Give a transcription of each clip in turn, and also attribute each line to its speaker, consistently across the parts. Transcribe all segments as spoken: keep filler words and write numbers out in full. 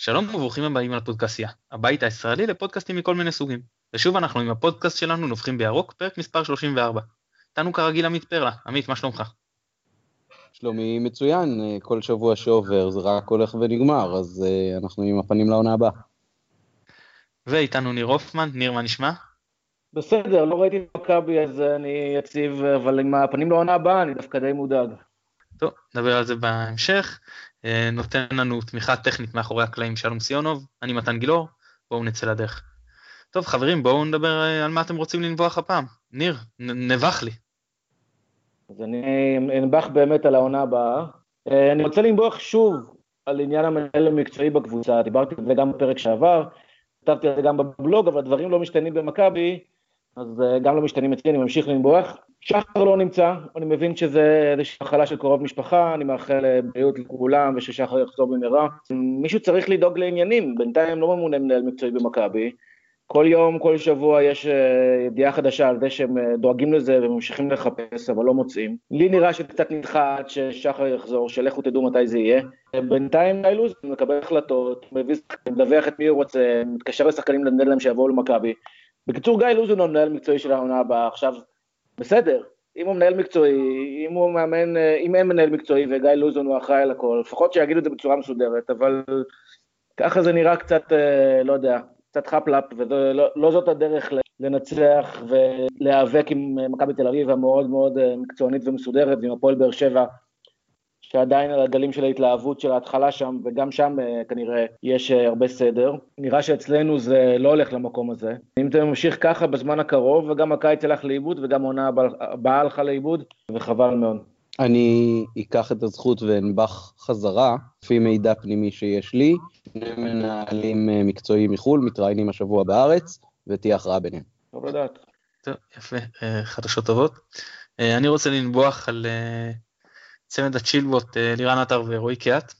Speaker 1: שלום וברוכים הבאים על הפודקאסיה, הבית הישראלי לפודקאסטים מכל מיני סוגים. ושוב אנחנו עם הפודקאסט שלנו נובחים בירוק, פרק מספר שלושים וארבע. איתנו כרגיל עמית פרלה. עמית, מה שלומך?
Speaker 2: שלומי מצוין, כל שבוע שעובר זה רק הולך ונגמר, אז uh, אנחנו עם הפנים לעונה הבאה.
Speaker 1: ואיתנו ניר הופמן. ניר, מה נשמע?
Speaker 3: בסדר, לא ראיתי את מכבי אז אני יציב, אבל עם הפנים לעונה הבאה אני דווקא די מודאג.
Speaker 1: טוב, נדבר על זה בהמשך. נותן לנו תמיכה טכנית מאחורי הקלעים שלום סיונוב, אני מתן גילור, בואו נצא לדרך. טוב חברים, בואו נדבר על מה אתם רוצים לנבוח הפעם. ניר, נבח לי.
Speaker 3: אז אני אנבח באמת על העונה הבאה. אני רוצה לנבוח שוב על עניין המנהל המקצועי בקבוצה, דיברתי על זה גם בפרק שעבר, כתבתי על זה גם בבלוג, אבל הדברים לא משתנים במכבי, אז גם לא משתנים אצלי, אני ממשיך לנבוח. שחר לא נמצא, אני מבין שזה איזושהי מחלה של קרוב משפחה, אני מאחל בריאות לכולם וששחר יחזור במהרה. מישהו צריך לדאוג לעניינים, בינתיים לא ממונה מנהל מקצועי במכבי, כל יום, כל שבוע יש ידיעה חדשה על זה שהם דואגים לזה וממשיכים לחפש, אבל לא מוצאים. לי נראה שקצת נדחה עד ששחר יחזור, שלכו תדעו מתי זה יהיה. בינתיים גיא לוזון מקבל החלטות, מדווח את מי הוא רוצה, מתקשר לשחקנים לנדל להם שיבואו למכבי. בקיצור, גיא לוזון הוא מנהל מקצועי של העונה הבאה. עכשיו, בסדר, אם הוא מנהל מקצועי, אם הוא מאמן, אם אין מנהל מקצועי וגיא לוזון הוא אחראי על הכל, לפחות שיגידו את זה בצורה מסודרת, אבל ככה זה נראה קצת, לא יודע, קצת חפלפ, ולא לא זאת הדרך לנצח ולהיאבק עם מכבי תל אביב המאוד מאוד מקצוענית ומסודרת, ועם הפועל באר שבע, שעדיין על הגלים של ההתלהבות של ההתחלה שם, וגם שם כנראה יש הרבה סדר. נראה שאצלנו זה לא הולך למקום הזה. אם זה ממשיך ככה בזמן הקרוב, וגם הקיץ הלך לאיבוד, וגם עונה הבאה הלכה לאיבוד, וחבל מאוד.
Speaker 2: אני אקח את הזכות ואנבח חזרה, לפי מידע פנימי שיש לי, שני מנהלים מקצועיים מחול, מתראיינים השבוע בארץ, ותהיה הכרעה ביניהם.
Speaker 3: טוב לדעת.
Speaker 1: טוב, יפה, חדשות טובות. אני רוצה לנבוח על צמד הצ'ילבות לירן עטר ורועי קיאט,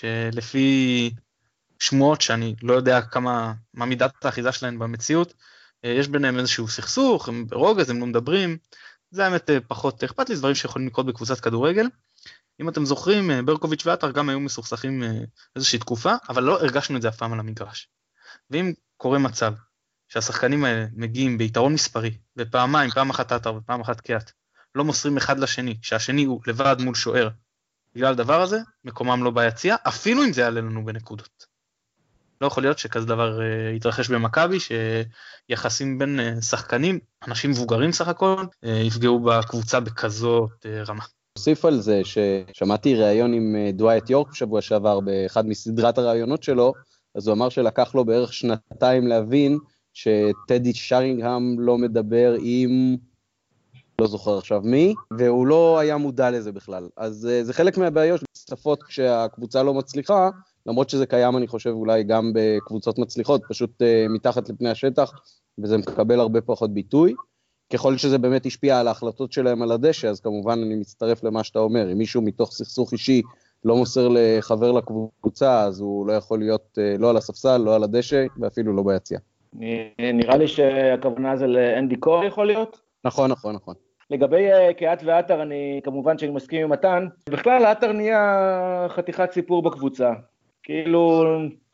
Speaker 1: שלפי שמועות שאני לא יודע כמה, מה מידת האחיזה שלהן במציאות, יש ביניהם איזשהו סכסוך, הם ברוגז, הם לא מדברים, זה האמת פחות אכפת לי, זה דברים שיכולים לקרות בקבוצת כדורגל. אם אתם זוכרים, ברקוביץ' ועטר גם היו מסוכסכים איזושהי תקופה, אבל לא הרגשנו את זה אף פעם על המגרש. ואם קורה מצב שהשחקנים האלה מגיעים ביתרון מספרי, ופעמיים, פעם אחת עטר ופעם אחת קיאט, לא מוסרים אחד לשני, שהשני הוא לבד מול שוער, בגלל הדבר הזה, מקומם לא ביציע, אפילו אם זה יעלה לנו בנקודות. לא יכול להיות שכזה דבר uh, יתרחש במכבי, שיחסים בין uh, שחקנים, אנשים מבוגרים סך הכל, uh, יפגעו בקבוצה בכזאת uh, רמה.
Speaker 2: אוסיף על זה ששמעתי ראיון עם דווייט יורק בשבוע שעבר, באחד מסדרת הראיונות שלו, אז הוא אמר שלקח לו בערך שנתיים להבין, שטדי שרינגהאם לא מדבר עם, לא זוכר עכשיו מי, והוא לא היה מודע לזה בכלל. אז uh, זה חלק מהבעיות שצפות כשהקבוצה לא מצליחה, למרות שזה קיים אני חושב אולי גם בקבוצות מצליחות, פשוט uh, מתחת לפני השטח, וזה מקבל הרבה פחות ביטוי. ככל שזה באמת השפיע על ההחלטות שלהם על הדשא, אז כמובן אני מצטרף למה שאתה אומר, אם מישהו מתוך סכסוך אישי לא מוסר לחבר לקבוצה, אז הוא לא יכול להיות uh, לא על הספסל, לא על הדשא, ואפילו לא ביציע.
Speaker 3: נראה לי שהכוונה זה לאנדי קור יכול להיות?
Speaker 2: נכון, נכון, נכון.
Speaker 3: לגבי קיאט ועטר, אני כמובן שאני מסכים עם מתן, בכלל עטר נהיה חתיכת סיפור בקבוצה, כאילו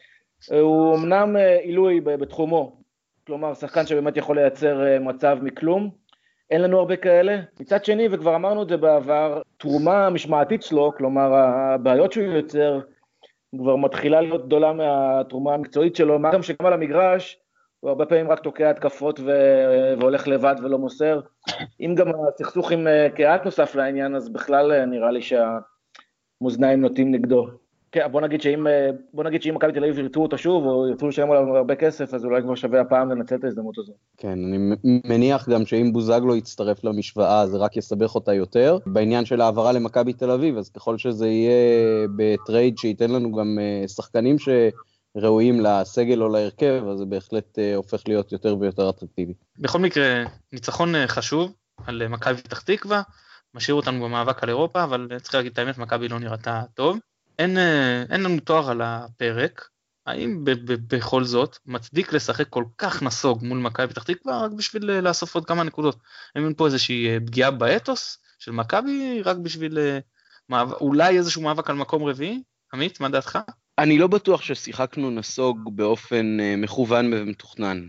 Speaker 3: הוא אמנם עילוי בתחומו, כלומר שחקן שבאמת יכול לייצר מצב מכלום, אין לנו הרבה כאלה, מצד שני וכבר אמרנו את זה בעבר, תרומה משמעתית שלו, כלומר הבעיות שהוא יוצר כבר מתחילה להיות גדולה מהתרומה המקצועית שלו, מה גם שגם על המגרש, הוא הרבה פעמים רק תוקע התקפות ו- והולך לבד ולא מוסר. אם גם הסכסוך עם קיאט נוסף לעניין, אז בכלל נראה לי שהמאזניים נוטים נגדו. כן, בוא נגיד שאם, בוא נגיד שאם מכבי תל אביב ירצו אותו שוב, או ירצו לשלם עליו הרבה כסף, אז אולי כבר שווה הפעם לנצל את ההזדמנות הזו.
Speaker 2: כן, אני מניח גם שאם בוזגלו יצטרף למשוואה, זה רק יסבך אותה יותר. בעניין של העברה למכבי תל אביב, אז ככל שזה יהיה בטרייד שייתן לנו גם שחקנים ש... ראויים לסגל או להרכב, אז זה בהחלט הופך להיות יותר ויותר אטרקטיבי.
Speaker 1: בכל מקרה, ניצחון חשוב על מכבי פתח תקווה, משאיר אותנו במאבק על אירופה, אבל צריך להגיד את האמת, מכבי לא נראתה טוב. אין, אין לנו תואר על הפרק, האם ב- ב- בכל זאת מצדיק לשחק כל כך נסוג מול מכבי פתח תקווה, רק בשביל לאסוף עוד כמה נקודות? אין פה איזושהי פגיעה באתוס של מכבי, רק בשביל מאבק, אולי איזשהו מאבק על מקום רביעי? עמית, מה דעתך?
Speaker 2: אני לא בטוח ששיחקנו נסוג באופן מכוון ומתוכנן.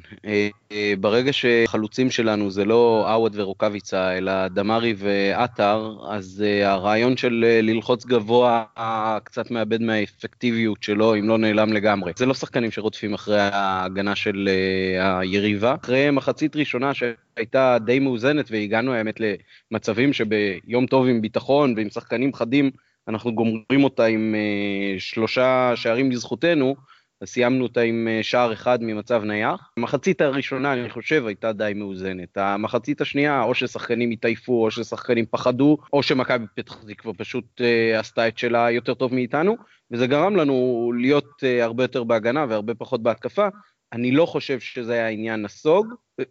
Speaker 2: ברגע שחלוצים שלנו זה לא עווד ורוקביצה, אלא דמרי ואתר, אז הרעיון של ללחוץ גבוה קצת מאבד מהאפקטיביות שלו, אם לא נעלם לגמרי. זה לא שחקנים שרודפים אחרי ההגנה של היריבה. אחרי מחצית ראשונה שהייתה די מאוזנת, והגענו האמת למצבים שביום טוב עם ביטחון ועם שחקנים חדים, אנחנו גומרים אותה עם uh, שלושה שערים לזכותנו, אז סיימנו אותה עם uh, שער אחד ממצב נייח. המחצית הראשונה, אני חושב, הייתה די מאוזנת. המחצית השנייה, או ששחקנים התעייפו, או ששחקנים פחדו, או שמכבי פתח תקווה פשוט uh, עשתה את שלה יותר טוב מאיתנו, וזה גרם לנו להיות uh, הרבה יותר בהגנה והרבה פחות בהתקפה. אני לא חושב שזה היה עניין נסוג,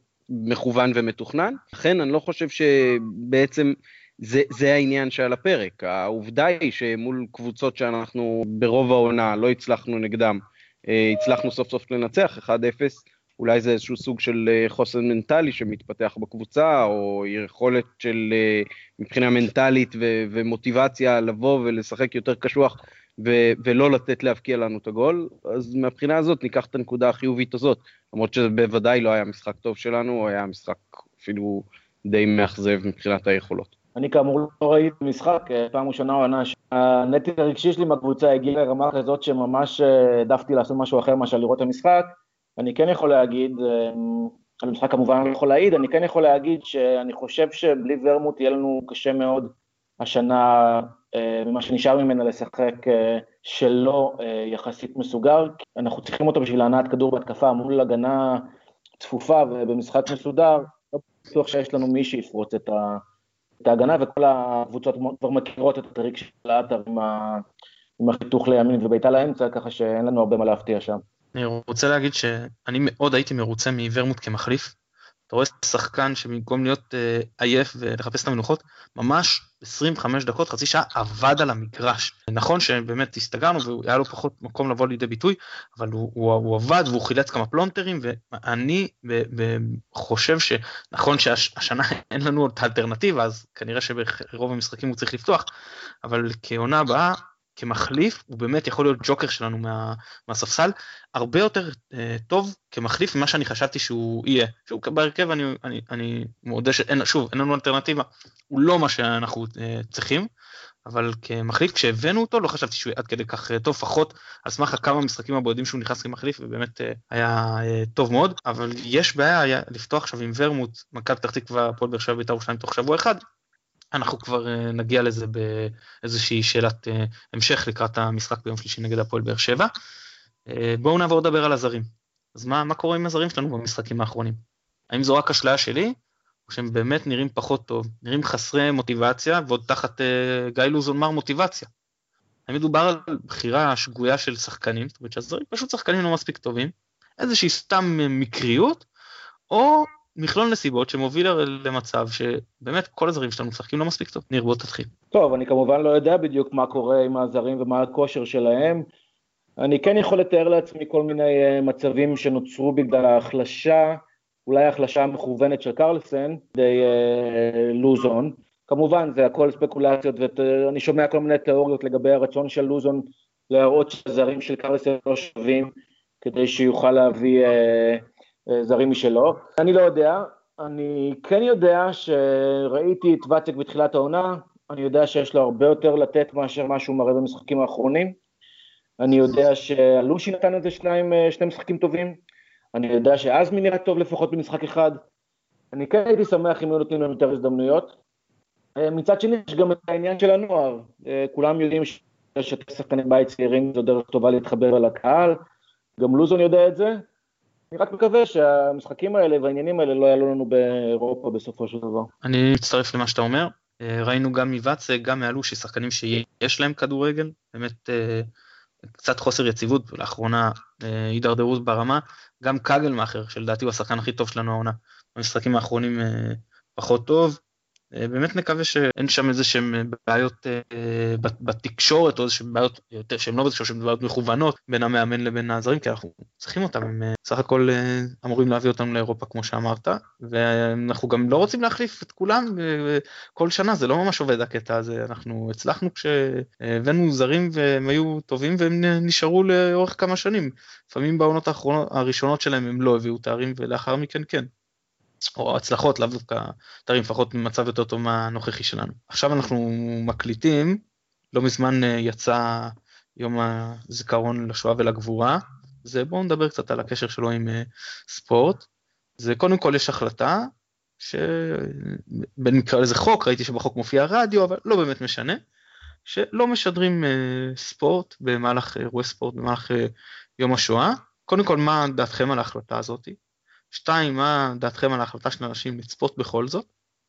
Speaker 2: מכוון ומתוכנן. לכן אני לא חושב שבעצם זה, זה העניין שעל הפרק. העובדה היא שמול קבוצות שאנחנו ברוב העונה לא הצלחנו נגדם, הצלחנו סוף סוף לנצח אחד אפס, אולי זה איזשהו סוג של חוסן מנטלי שמתפתח בקבוצה, או יכולת של מבחינה מנטלית ו- ומוטיבציה לבוא ולשחק יותר קשוח, ו- ולא לתת להבקיע לנו את הגול. אז מהבחינה הזאת ניקח את הנקודה החיובית הזאת, למרות שזה בוודאי לא היה משחק טוב שלנו, או היה משחק אפילו די מאכזב מבחינת היכולות.
Speaker 3: אני כאמור לא ראיתי משחק, פעם ראשונה או עונה, הנטל הרגשי שלי מהקבוצה הגיע לרמה כזאת שממש העדפתי לעשות משהו אחר מאשר לראות את המשחק. אני כן יכול להגיד, על המשחק כמובן אני לא יכול להעיד, אני כן יכול להגיד שאני חושב שבלי ורמוט יהיה לנו קשה מאוד השנה, ממה שנשאר ממנה לשחק שלא יחסית מסוגר, אנחנו צריכים אותו בשביל להנעת כדור בהתקפה מול הגנה צפופה ובמשחק מסודר, לא בטוח שיש לנו מי שיפרוץ את ה... את ההגנה, וכל הקבוצות כבר מכירות את הטריק של האתר עם, ה... עם החיתוך לימין וביתה לאמצע, ככה שאין לנו הרבה מה להפתיע שם.
Speaker 1: אני רוצה להגיד שאני מאוד הייתי מרוצה מוורמוט כמחליף. אתה רואה שחקן שבמקום להיות אה, עייף ולחפש את המנוחות, ממש עשרים וחמש דקות, חצי שעה, עבד על המגרש. נכון שבאמת הסתגרנו והיה לו פחות מקום לבוא לידי ביטוי, אבל הוא, הוא, הוא עבד והוא חילץ כמה פלונטרים, ואני ב, ב, חושב שנכון שהשנה אין לנו עוד אלטרנטיבה, אז כנראה שברוב המשחקים הוא צריך לפתוח, אבל כעונה הבאה, כמחליף, הוא באמת יכול להיות ג'וקר שלנו מה, מהספסל, הרבה יותר אה, טוב כמחליף ממה שאני חשבתי שהוא יהיה. שוב, בהרכב אני, אני, אני מודה שאין, שוב, אין לנו אלטרנטיבה, הוא לא מה שאנחנו אה, צריכים, אבל כמחליף, כשהבאנו אותו, לא חשבתי שהוא עד כדי כך טוב, פחות על סמך כמה משחקים הבודדים שהוא נכנס כמחליף, ובאמת אה, היה אה, טוב מאוד, אבל יש בעיה היה לפתוח עכשיו עם ורמוט, מכבי פתח תקווה, הפועל באר שבע בית"ר ירושלים תוך שבוע אחד, אנחנו כבר נגיע לזה באיזושהי שאלת המשך לקראת המשחק ביום שלישי נגד הפועל באר שבע. בואו נעבור לדבר על הזרים. אז מה, מה קורה עם הזרים שלנו במשחקים האחרונים? האם זו רק השלאה שלי, או שהם באמת נראים פחות טוב, נראים חסרי מוטיבציה, ועוד תחת גיא לוזון מר מוטיבציה? האם מדובר על בחירה שגויה של שחקנים, זאת אומרת שהזרים פשוט שחקנים לא מספיק טובים, איזושהי סתם מקריות, או מכלול נסיבות שמוביל למצב שבאמת כל הזרים שלנו משחקים לא מספיק טוב. ניר, בוא תתחיל.
Speaker 3: טוב, אני כמובן לא יודע בדיוק מה קורה עם הזרים ומה הכושר שלהם. אני כן יכול לתאר לעצמי כל מיני מצבים שנוצרו בגלל ההחלשה, אולי ההחלשה המכוונת של קרלסן, די אה, לוזון. כמובן זה הכל ספקולציות, ואני שומע כל מיני תיאוריות לגבי הרצון של לוזון להראות שהזרים של קרלסן לא שווים, כדי שיוכל להביא אה, אה, זרים משלו. אני לא יודע, אני כן יודע שראיתי את ואצק בתחילת העונה, אני יודע שיש לו הרבה יותר לתת מאשר מה שהוא מראה במשחקים האחרונים, אני יודע שלושי נתן את זה שניים, שני משחקים טובים, אני יודע שאזמי נראה טוב לפחות במשחק אחד, אני כן הייתי שמח אם היו נותנים להם יותר הזדמנויות. מצד שני יש גם את העניין של הנוער, כולם יודעים ששחקני בית צעירים זו דרך טובה להתחבר על הקהל, גם לוזון יודע את זה, אני רק מקווה שהמשחקים האלה והעניינים האלה לא יעלו לנו באירופה בסופו של דבר.
Speaker 1: אני מצטרף למה שאתה אומר, ראינו גם מבצע, גם מהלושי, שחקנים שיש להם כדורגל, באמת קצת חוסר יציבות, לאחרונה הידרדרות ברמה, גם קגלמאכר, שלדעתי הוא השחקן הכי טוב שלנו העונה, במשחקים האחרונים פחות טוב, באמת נקווה שאין שם איזה שהן בעיות בתקשורת, או איזה שהן בעיות יותר, שהן לא בתקשורת, שהן בעיות מכוונות בין המאמן לבין הזרים, כי אנחנו צריכים אותם, הם סך הכל אמורים להביא אותם לאירופה כמו שאמרת, ואנחנו גם לא רוצים להחליף את כולם כל שנה, זה לא ממש עובד הקטע הזה, אנחנו הצלחנו כשהבאנו זרים והם היו טובים והם נשארו לאורך כמה שנים, לפעמים בעונות הראשונות שלהם הם לא הביאו תארים ולאחר מכן כן. או הצלחות, לאו דווקא תארים, לפחות ממצב יותר טוב מהנוכחי שלנו. עכשיו אנחנו מקליטים, לא מזמן יצא יום הזיכרון לשואה ולגבורה, זה בואו נדבר קצת על הקשר שלו עם ספורט, זה קודם כל יש החלטה, שבנקרא לזה חוק, ראיתי שבחוק מופיע רדיו, אבל לא באמת משנה, שלא משדרים ספורט במהלך אירועי ספורט, במהלך יום השואה, קודם כל מה דעתכם על ההחלטה הזאת? שתיים, מה דעתכם על ההחלטה של אנשים לצפות בכל זאת?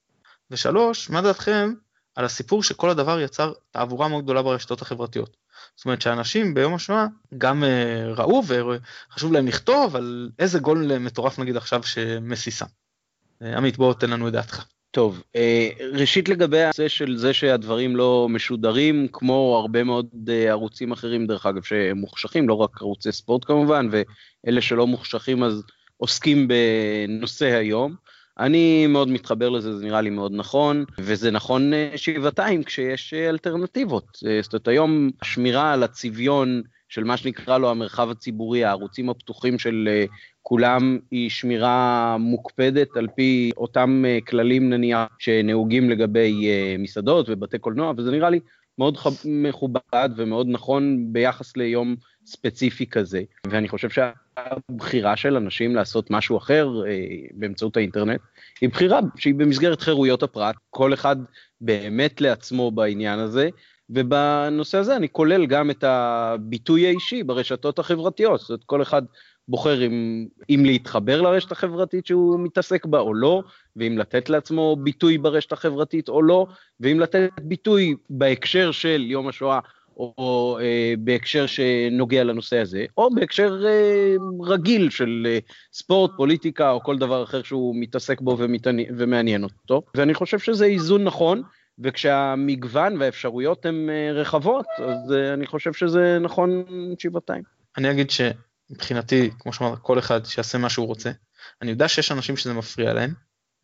Speaker 1: ושלוש, מה דעתכם על הסיפור שכל הדבר יצר תעבורה מאוד גדולה ברשתות החברתיות? זאת אומרת שאנשים ביום השואה גם uh, ראו וחשוב להם לכתוב על איזה גול מטורף נגיד עכשיו שמסיסה. Uh, עמית, בוא תן לנו את דעתך.
Speaker 2: טוב, ראשית לגבי זה של זה שהדברים לא משודרים, כמו הרבה מאוד ערוצים אחרים דרך אגב שמוחשכים, לא רק ערוצי ספורט כמובן, ואלה שלא מוחשכים אז עוסקים בנושא היום. אני מאוד מתחבר לזה, זה נראה לי מאוד נכון, וזה נכון שבעתיים כשיש אלטרנטיבות. זאת אומרת, היום השמירה על הצביון של מה שנקרא לו המרחב הציבורי, הערוצים הפתוחים של כולם, היא שמירה מוקפדת על פי אותם כללים נניח שנהוגים לגבי מסעדות ובתי קולנוע, וזה נראה לי מאוד מכובד ומאוד נכון ביחס ליום ספציפי כזה, ואני חושב שהבחירה של אנשים לעשות משהו אחר באמצעות האינטרנט, היא בחירה שהיא במסגרת חירויות הפרט, כל אחד באמת לעצמו בעניין הזה, ובנושא הזה אני כולל גם את הביטוי האישי ברשתות החברתיות, זאת אומרת כל אחד בוחר אם, אם להתחבר לרשת החברתית שהוא מתעסק בה או לא, ואם לתת לעצמו ביטוי ברשת החברתית או לא, ואם לתת ביטוי בהקשר של יום השואה, או, או אה, בהקשר שנוגע לנושא הזה, או בהקשר אה, רגיל של אה, ספורט, פוליטיקה, או כל דבר אחר שהוא מתעסק בו ומתעני, ומעניין אותו. ואני חושב שזה איזון נכון, וכשהמגוון והאפשרויות הן אה, רחבות, אז אה, אני חושב שזה נכון שבעתיים.
Speaker 1: אני אגיד ש... מבחינתי, כמו שאמרת, כל אחד שיעשה מה שהוא רוצה. אני יודע שיש אנשים שזה מפריע להם.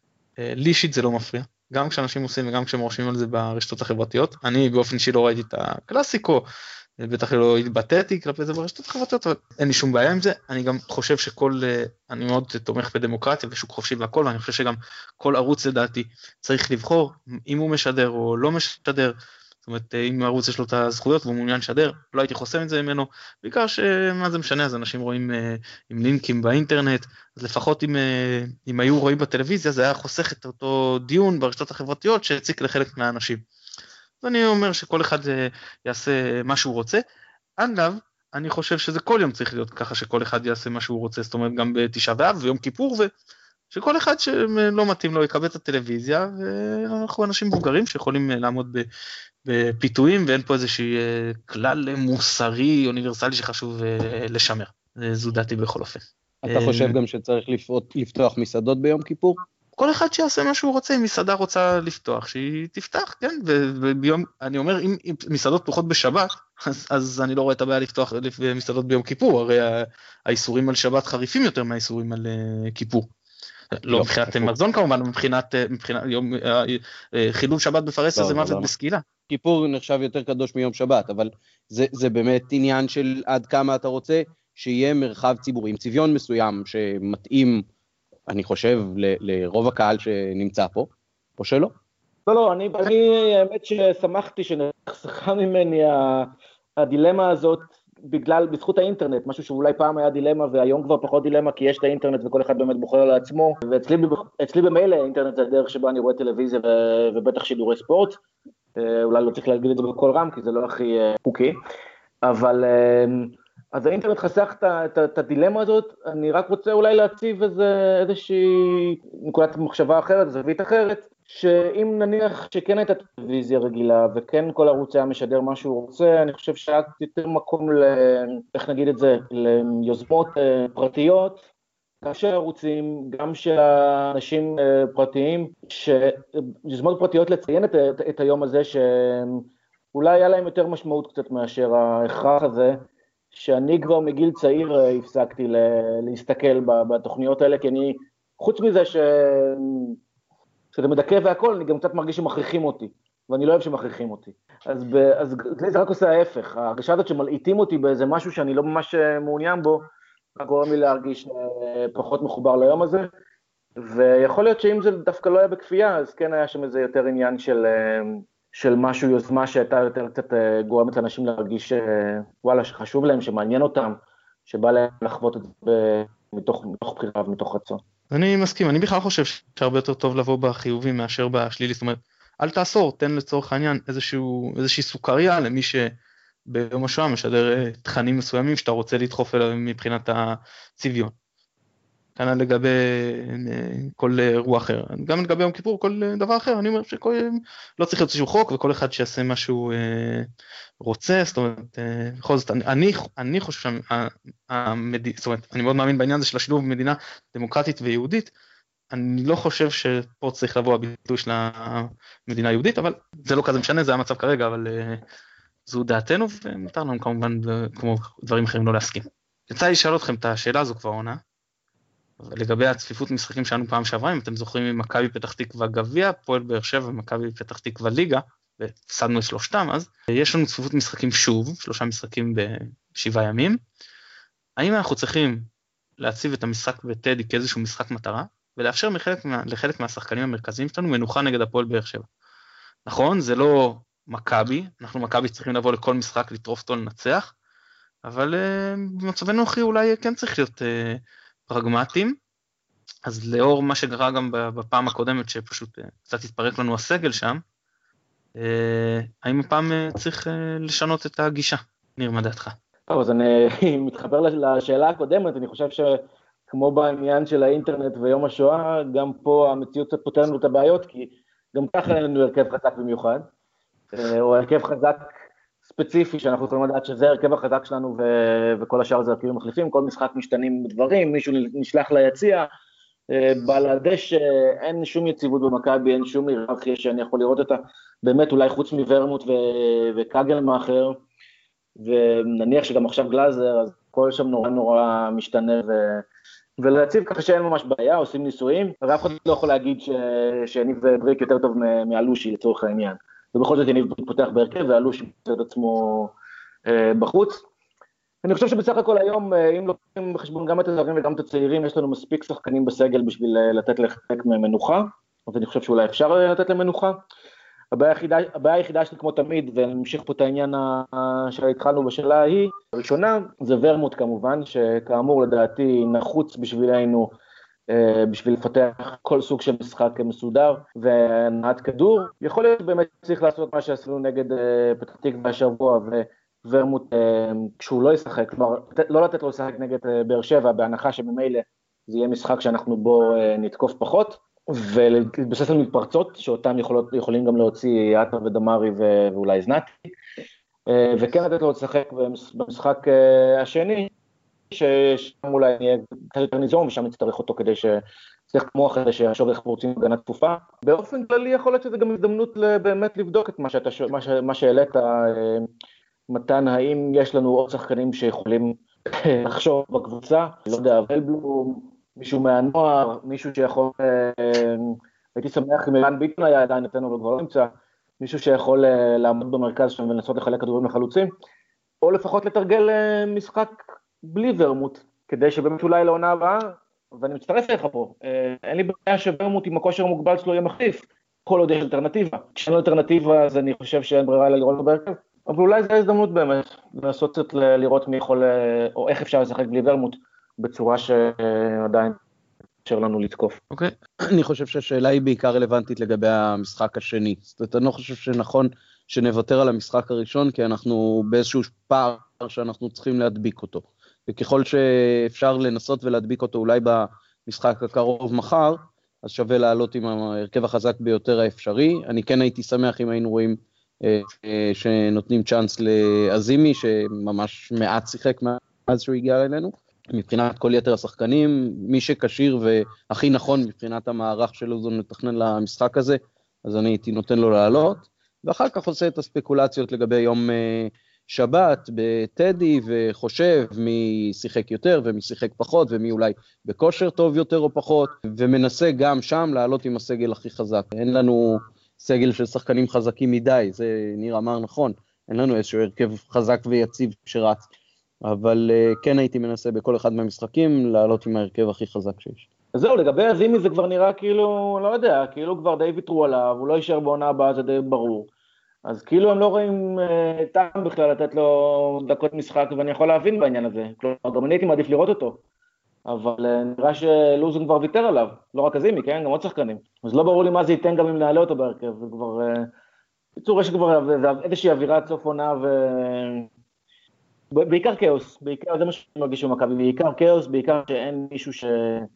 Speaker 1: לי אישית זה לא מפריע. גם כשאנשים עושים וגם כשהם רושמים על זה ברשתות החברתיות. אני באופן אישי לא ראיתי את הקלאסיקו, בטח לא התבטאתי כלפי זה ברשתות החברתיות, אבל אין לי שום בעיה עם זה. אני גם חושב שכל, אני מאוד תומך בדמוקרטיה ושוק חופשי והכל, ואני חושב שגם כל ערוץ לדעתי צריך לבחור אם הוא משדר או לא משדר. זאת אומרת, אם הערוץ יש לו את הזכויות והוא מעוניין לשדר, לא הייתי חוסם את זה ממנו, בעיקר שמה זה משנה, אז אנשים רואים עם לינקים באינטרנט, אז לפחות אם, אם היו רואים בטלוויזיה, זה היה חוסך את אותו דיון ברשתות החברתיות שהציק לחלק מהאנשים. ואני אומר שכל אחד יעשה מה שהוא רוצה. אגב, אני חושב שזה כל יום צריך להיות ככה שכל אחד יעשה מה שהוא רוצה, זאת אומרת גם בתשעה באב ויום כיפור, ושכל אחד שלא מתאים לו יקבל את הטלוויזיה, ואנחנו אנשים מבוגרים שיכולים לעמוד בפיתויים, ואין פה איזושהי כלל מוסרי, אוניברסלי שחשוב לשמר. זו דעתי בכל אופן.
Speaker 2: אתה חושב גם שצריך לפתוח מסעדות ביום כיפור?
Speaker 1: כל אחד שיעשה מה שהוא רוצה, אם מסעדה רוצה לפתוח, שהיא תפתח, כן, וביום, אני אומר, אם מסעדות פתוחות בשבת, אז, אז אני לא רואה את הבעיה לפתוח מסעדות ביום כיפור, הרי האיסורים על שבת חריפים יותר מהאיסורים על כיפור. לא מבחינת מזון כמובן, מבחינת יום חילול שבת בפרהסיה זה מוות בסקילה.
Speaker 2: כיפור נחשב יותר קדוש מיום שבת, אבל זה באמת עניין של עד כמה אתה רוצה שיהיה מרחב ציבורי, עם צביון מסוים שמתאים, אני חושב, לרוב הקהל שנמצא פה, או שלא?
Speaker 3: לא, לא, אני האמת ששמחתי שנחסכה ממני הדילמה הזאת, בגלל, בזכות האינטרנט, משהו שאולי פעם היה דילמה, והיום כבר פחות דילמה, כי יש את האינטרנט וכל אחד באמת בוחר לעצמו, ואצלי במילא האינטרנט זה הדרך שבה אני רואה טלוויזיה ובטח שידורי ספורט, אולי לא צריך להגיד את זה בכל רם, כי זה לא הכי חוקי, אבל אז האינטרנט חסך את הדילמה הזאת, אני רק רוצה אולי להציב איזושהי נקודת מחשבה אחרת, זווית אחרת, שאם נניח שכן הייתה טלוויזיה רגילה, וכן כל ערוץ היה משדר מה שהוא רוצה, אני חושב שהיה יותר מקום, ל, איך נגיד את זה, ליוזמות פרטיות, גם של ערוצים, גם של אנשים פרטיים, שיוזמות פרטיות לציין את, את, את היום הזה, שאולי היה להם יותר משמעות קצת מאשר ההכרח הזה, שאני כבר מגיל צעיר הפסקתי להסתכל בתוכניות האלה, כי אני, חוץ מזה ש... שזה מדכא והכל, אני גם קצת מרגיש שמכריחים אותי, ואני לא אוהב שמכריחים אותי. אז, ב, אז זה רק עושה ההפך, ההרגשה הזאת שמלעיטים אותי באיזה משהו שאני לא ממש מעוניין בו, גורם לי להרגיש פחות מחובר ליום הזה, ויכול להיות שאם זה דווקא לא היה בכפייה, אז כן היה שם איזה יותר עניין של, של משהו, יוזמה שהייתה יותר קצת גורמת לאנשים להרגיש, וואלה, שחשוב להם, שמעניין אותם, שבא להם לחוות את זה מתוך, מתוך בחירה ומתוך רצון.
Speaker 1: אני מסכים, אני בכלל חושב שהרבה יותר טוב לבוא בחיובי מאשר בשלילי, זאת אומרת, אל תאסור, תן לצורך העניין איזשהו, איזושהי סוכריה למי שביום השואה משדר תכנים מסוימים שאתה רוצה לדחוף אליו מבחינת הצביון. כאן לגבי כל אירוע אחר, גם לגבי יום כיפור, כל דבר אחר, אני אומר שכל, לא צריך להיות איזשהו חוק, וכל אחד שיעשה משהו רוצה, זאת אומרת, בכל זאת, אני, אני חושב שהמדינה, זאת אומרת, אני מאוד מאמין בעניין הזה של השילוב במדינה דמוקרטית ויהודית, אני לא חושב שפה צריך לבוא הביטוי של המדינה היהודית, אבל זה לא כזה משנה, זה המצב כרגע, אבל זו דעתנו, ומותר לנו כמובן, כמו דברים אחרים, לא להסכים. יצא לי לשאול אתכם את השאלה הזו כבר עונה, לגבי הצפיפות משחקים שלנו פעם שעברה, אם אתם זוכרים ממכבי פתח תקווה גביע, פועל באר שבע ומכבי פתח תקווה ליגה, והפסדנו את שלושתם, אז יש לנו צפיפות משחקים שוב, שלושה משחקים בשבעה ימים. האם אנחנו צריכים להציב את המשחק בטדי כאיזשהו משחק מטרה, ולאפשר מחלק, לחלק מהשחקנים המרכזיים שלנו מנוחה נגד הפועל באר שבע? נכון, זה לא מכבי, אנחנו מכבי צריכים לבוא לכל משחק, לטרוף אותו לנצח, אבל במצבנו הכי אולי כן צריך להיות פרגמטיים, אז לאור מה שקרה גם בפעם הקודמת, שפשוט קצת התפרק לנו הסגל שם, האם הפעם צריך לשנות את הגישה? ניר, מה דעתך?
Speaker 3: טוב, אז אני מתחבר לשאלה הקודמת, אני חושב שכמו בעניין של האינטרנט ויום השואה, גם פה המציאות קצת פותרת לנו את הבעיות, כי גם ככה אין לנו הרכב חזק במיוחד, או הרכב חזק ספציפי, שאנחנו יכולים לדעת שזה הרכב החזק שלנו, ו- וכל השאר זה הרכבים מחליפים, כל משחק משתנים דברים, מישהו נשלח ליציע, בלעדש אין שום יציבות במכבי, אין שום היררכיה שאני יכול לראות אותה, באמת אולי חוץ מוורמוט ו- וקגלמאכר, ונניח שגם עכשיו גלאזר, אז כל שם נורא נורא משתנה, ו- ולהציב ככה שאין ממש בעיה, עושים ניסויים, אבל אף אחד לא יכול להגיד ש- שיניב בריק יותר טוב מאלושי לצורך העניין. ובכל זאת יניב פותח בהרכב, ואלושי פותח את עצמו אה, בחוץ. אני חושב שבסך הכל היום, אם לוקחים בחשבון גם את הזרים וגם את הצעירים, יש לנו מספיק שחקנים בסגל בשביל לתת לחלק מנוחה, אז אני חושב שאולי אפשר לתת למנוחה. הבעיה היחידה, הבעיה היחידה שלי כמו תמיד, ונמשיך פה את העניין שהתחלנו בשאלה ההיא, הראשונה זה ורמוט כמובן, שכאמור לדעתי נחוץ בשבילנו, בשביל לפתח כל סוג של משחק מסודר ונעת כדור. יכול להיות באמת צריך לעשות מה שעשינו נגד פתח תקווה השבוע, וורמוט כשהוא לא ישחק, כלומר לא לתת לו לשחק נגד באר שבע, בהנחה שממילא זה יהיה משחק שאנחנו בו נתקוף פחות, ולהתבסס על מתפרצות שאותם יכולות, יכולים גם להוציא יאטה ודמרי ואולי זנתי, וכן לתת לו לשחק במשחק השני, ששם אולי נהיה קצת יותר ניזום, ושם נצטרך אותו כדי שצריך כמו אחרי שהשוב איך רוצים הגנת תקופה. באופן כללי יכול להיות שזה גם הזדמנות באמת לבדוק את מה שאתה, מה שהעלית, מתן, האם יש לנו עוד שחקנים שיכולים לחשוב בקבוצה, לא יודע, ולבלום, מישהו מהנוער, מישהו שיכול, הייתי שמח אם אילן ביטון היה עדיין נתנו וכבר לא נמצא, מישהו שיכול לעמוד במרכז שם ולנסות לחלק כדורים לחלוצים, או לפחות לתרגל משחק בלי ורמוט, כדי שבאמת אולי לעונה הבאה, ואני מצטרף אליך פה, אין לי בעיה שוורמוט עם הכושר המוגבל שלו יהיה מחליף, כל עוד יש אלטרנטיבה. כשאין אלטרנטיבה, אז אני חושב שאין ברירה אלא לראות בהרכב, אבל אולי זו ההזדמנות באמת, לנסות קצת לראות מי יכול, או איך אפשר לשחק בלי ורמוט, בצורה שעדיין אפשר לנו לתקוף.
Speaker 2: אוקיי, אני חושב שהשאלה היא בעיקר רלוונטית לגבי המשחק השני, זאת אומרת, אני לא חושב שנכון שנוותר על המשחק הראשון, כי אנחנו באיזשהו פער שאנחנו צריכים להדביק אותו, וככל שאפשר לנסות ולהדביק אותו אולי במשחק הקרוב מחר, אז שווה לעלות עם ההרכב החזק ביותר האפשרי. אני כן הייתי שמח אם היינו רואים אה, אה, שנותנים צ'אנס לאזימי, שממש מעט שיחק מאז שהוא הגיע אלינו, מבחינת כל יתר השחקנים, מי שקשיר והכי נכון מבחינת המערך של לוזון מתכנן למשחק הזה, אז אני הייתי נותן לו לעלות, ואחר כך עושה את הספקולציות לגבי יום שבת בטדי, וחושב מי שיחק יותר ומי שיחק פחות, ומי אולי בכושר טוב יותר או פחות, ומנסה גם שם לעלות עם הסגל הכי חזק. אין לנו סגל של שחקנים חזקים מדי, זה נראה אמר נכון, אין לנו איזשהו הרכב חזק ויציב שרץ, אבל כן הייתי מנסה בכל אחד מהמשחקים לעלות עם ההרכב הכי חזק שיש.
Speaker 3: אז זהו, לגבי הזימי זה כבר נראה כאילו, לא יודע, כאילו כבר די ויתרו עליו, הוא לא יישאר בעונה הבאה, זה די ברור. אז כאילו הם לא רואים אה, טעם בכלל לתת לו דקות משחק, ואני יכול להבין בעניין הזה. כלומר, גם אני הייתי מעדיף לראות אותו. אבל אה, נראה שלוזון כבר ויתר עליו, לא רק הזימי, כן? גם עוד שחקנים. אז לא ברור לי מה זה ייתן גם אם נעלה אותו בהרכב, זה כבר... אה, בצורה שכבר איזושהי אווירת סוף עונה ו... בעיקר כאוס, בעיקר, זה מה שאני מרגיש במכבי, בעיקר כאוס, בעיקר שאין מישהו ש...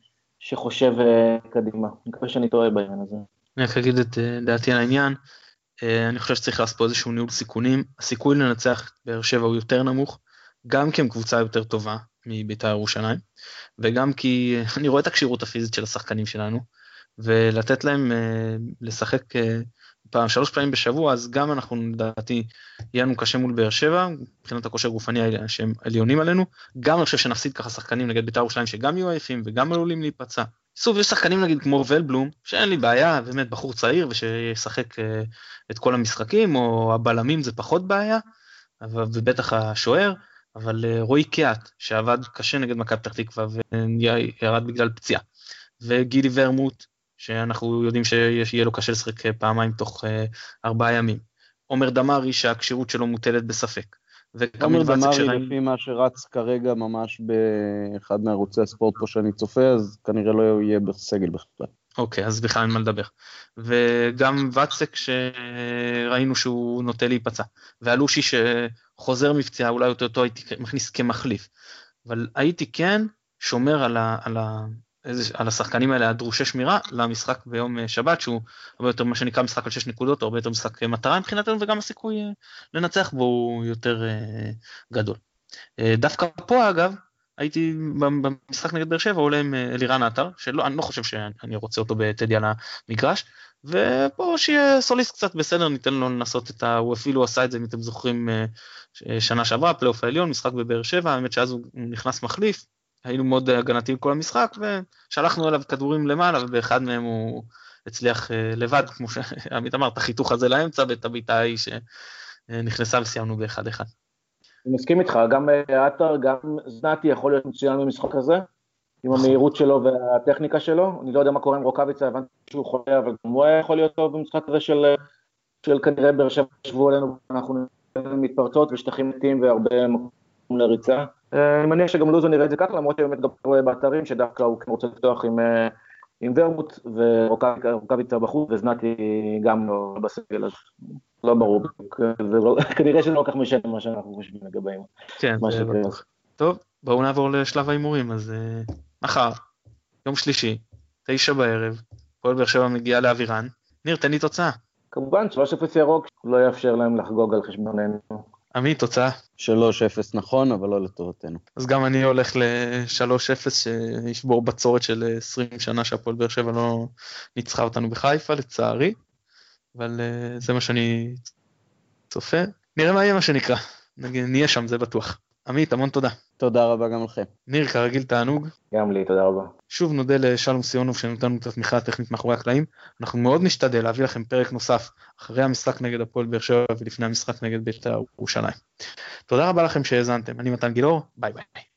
Speaker 3: שחושב קדימה. אני מקווה שאני טועה בעניין הזה.
Speaker 1: אני רק אגיד את דעתי על העניין, אני חושב שצריך לעשות פה איזשהו ניהול סיכונים, הסיכוי לנצח באר שבע הוא יותר נמוך, גם כי הם קבוצה יותר טובה מבית"ר ירושלים, וגם כי אני רואה את הקשירות הפיזית של השחקנים שלנו, ולתת להם לשחק פעם, שלוש פעמים בשבוע, אז גם אנחנו לדעתי, יהיה לנו קשה מול באר שבע, מבחינת הכושר גופני שהם עליונים עלינו, גם אני חושב שנפסיד ככה שחקנים נגד בית"ר ירושלים, שגם יהיו עייפים וגם עלולים להיפצע. סוף, יש שחקנים נגיד כמו ולבלום, שאין לי בעיה, באמת בחור צעיר, ושישחק את כל המשחקים, או הבלמים זה פחות בעיה, ובטח השוער, אבל רועי קיאט, שעבד קשה נגד מכבי פתח תקווה, וירד בגלל פציעה, וגילי ורמוט, שאנחנו יודעים שיהיה לו קשה לשחק פעמיים תוך ארבעה ימים. עומר דמרי שהקשירות שלו מוטלת בספק.
Speaker 2: עומר דמרי לפי מה שרץ כרגע ממש באחד מערוצי הספורט פה שאני צופה, אז כנראה לא יהיה בסגל בכלל.
Speaker 1: אוקיי, אז בכלל אין מה לדבר. וגם וצק שראינו שהוא נוטה להיפצע. ואלושי שחוזר מבצעה, אולי אותו הייתי מכניס כמחליף. אבל הייתי כן שומר על ה... על ה... על השחקנים האלה הדרושי שמירה למשחק ביום שבת, שהוא הרבה יותר מה שנקרא משחק על שש נקודות, הרבה יותר משחק מטרה מבחינתנו, וגם הסיכוי לנצח בו הוא יותר גדול. דווקא פה אגב, הייתי במשחק נגד באר שבע, עולה עם אלירן עטר, שאני לא חושב שאני רוצה אותו בטדי על המגרש, ופה שיהיה סוליסט קצת בסדר, ניתן לו לנסות את ה... הוא אפילו עשה את זה, אם אתם זוכרים, שנה שעברה, פלייאוף העליון, משחק בבאר שבע, האמת שאז הוא נכנס מחליף, היינו מאוד הגנתיים כל המשחק, ושלחנו אליו כדורים למעלה, ובאחד מהם הוא הצליח לבד, כמו שעמית אמר, את החיתוך הזה לאמצע, ואת הביתה ההיא שנכנסה וסיימנו באחד אחד.
Speaker 3: אני מסכים איתך, גם עטר, גם זנתי יכול להיות מצוין במשחק הזה, עם המהירות שלו והטכניקה שלו, אני לא יודע מה קורה עם רוקביצה, הבנתי שהוא חולה, אבל גם הוא יכול להיות טוב במשחק הזה של, של כנראה באר שבע שבו עלינו, אנחנו מתפרצות ושטחים מתים והרבה מקום לריצה. אני מניח שגם לוזון נראה את זה ככה, למרות שבאמת גם רואה באתרים שדווקא הוא רוצה לפתוח עם, עם ורמוט ורוקביצה בחוץ, וזנתי גם לא בסגל, אז לא ברור, כנראה שזה לא כך משנה מה שאנחנו חושבים לגביהם.
Speaker 1: כן, זה בטוח. טוב, בואו נעבור לשלב האימורים, אז מחר, יום שלישי, תשע בערב, כל באר שבע מגיעה לאווירן, ניר, תן לי תוצאה.
Speaker 3: כמובן, שלוש אפס ירוק, לא יאפשר להם לחגוג על חשבוננו.
Speaker 1: עמית, תוצאה?
Speaker 2: שלוש אפס נכון, אבל לא לטובתנו.
Speaker 1: אז גם אני הולך ל-שלוש אפס שישבור בצורת של עשרים שנה שהפועל באר שבע לא ניצחה אותנו בחיפה, לצערי, אבל זה מה שאני צופה. נראה מה יהיה מה שנקרא, נהיה שם, זה בטוח. עמית, המון תודה.
Speaker 2: תודה רבה גם לכם.
Speaker 1: ניר, כרגיל תענוג.
Speaker 3: גם לי, תודה רבה.
Speaker 1: שוב נודה לשלום סיונוב שנותנו את התמיכה הטכנית מאחורי הקלעים. אנחנו מאוד נשתדל להביא לכם פרק נוסף אחרי המשחק נגד הפועל באר שבע ולפני המשחק נגד בית"ר ירושלים. תודה רבה לכם שהאזנתם. אני מתן גילאור, ביי ביי.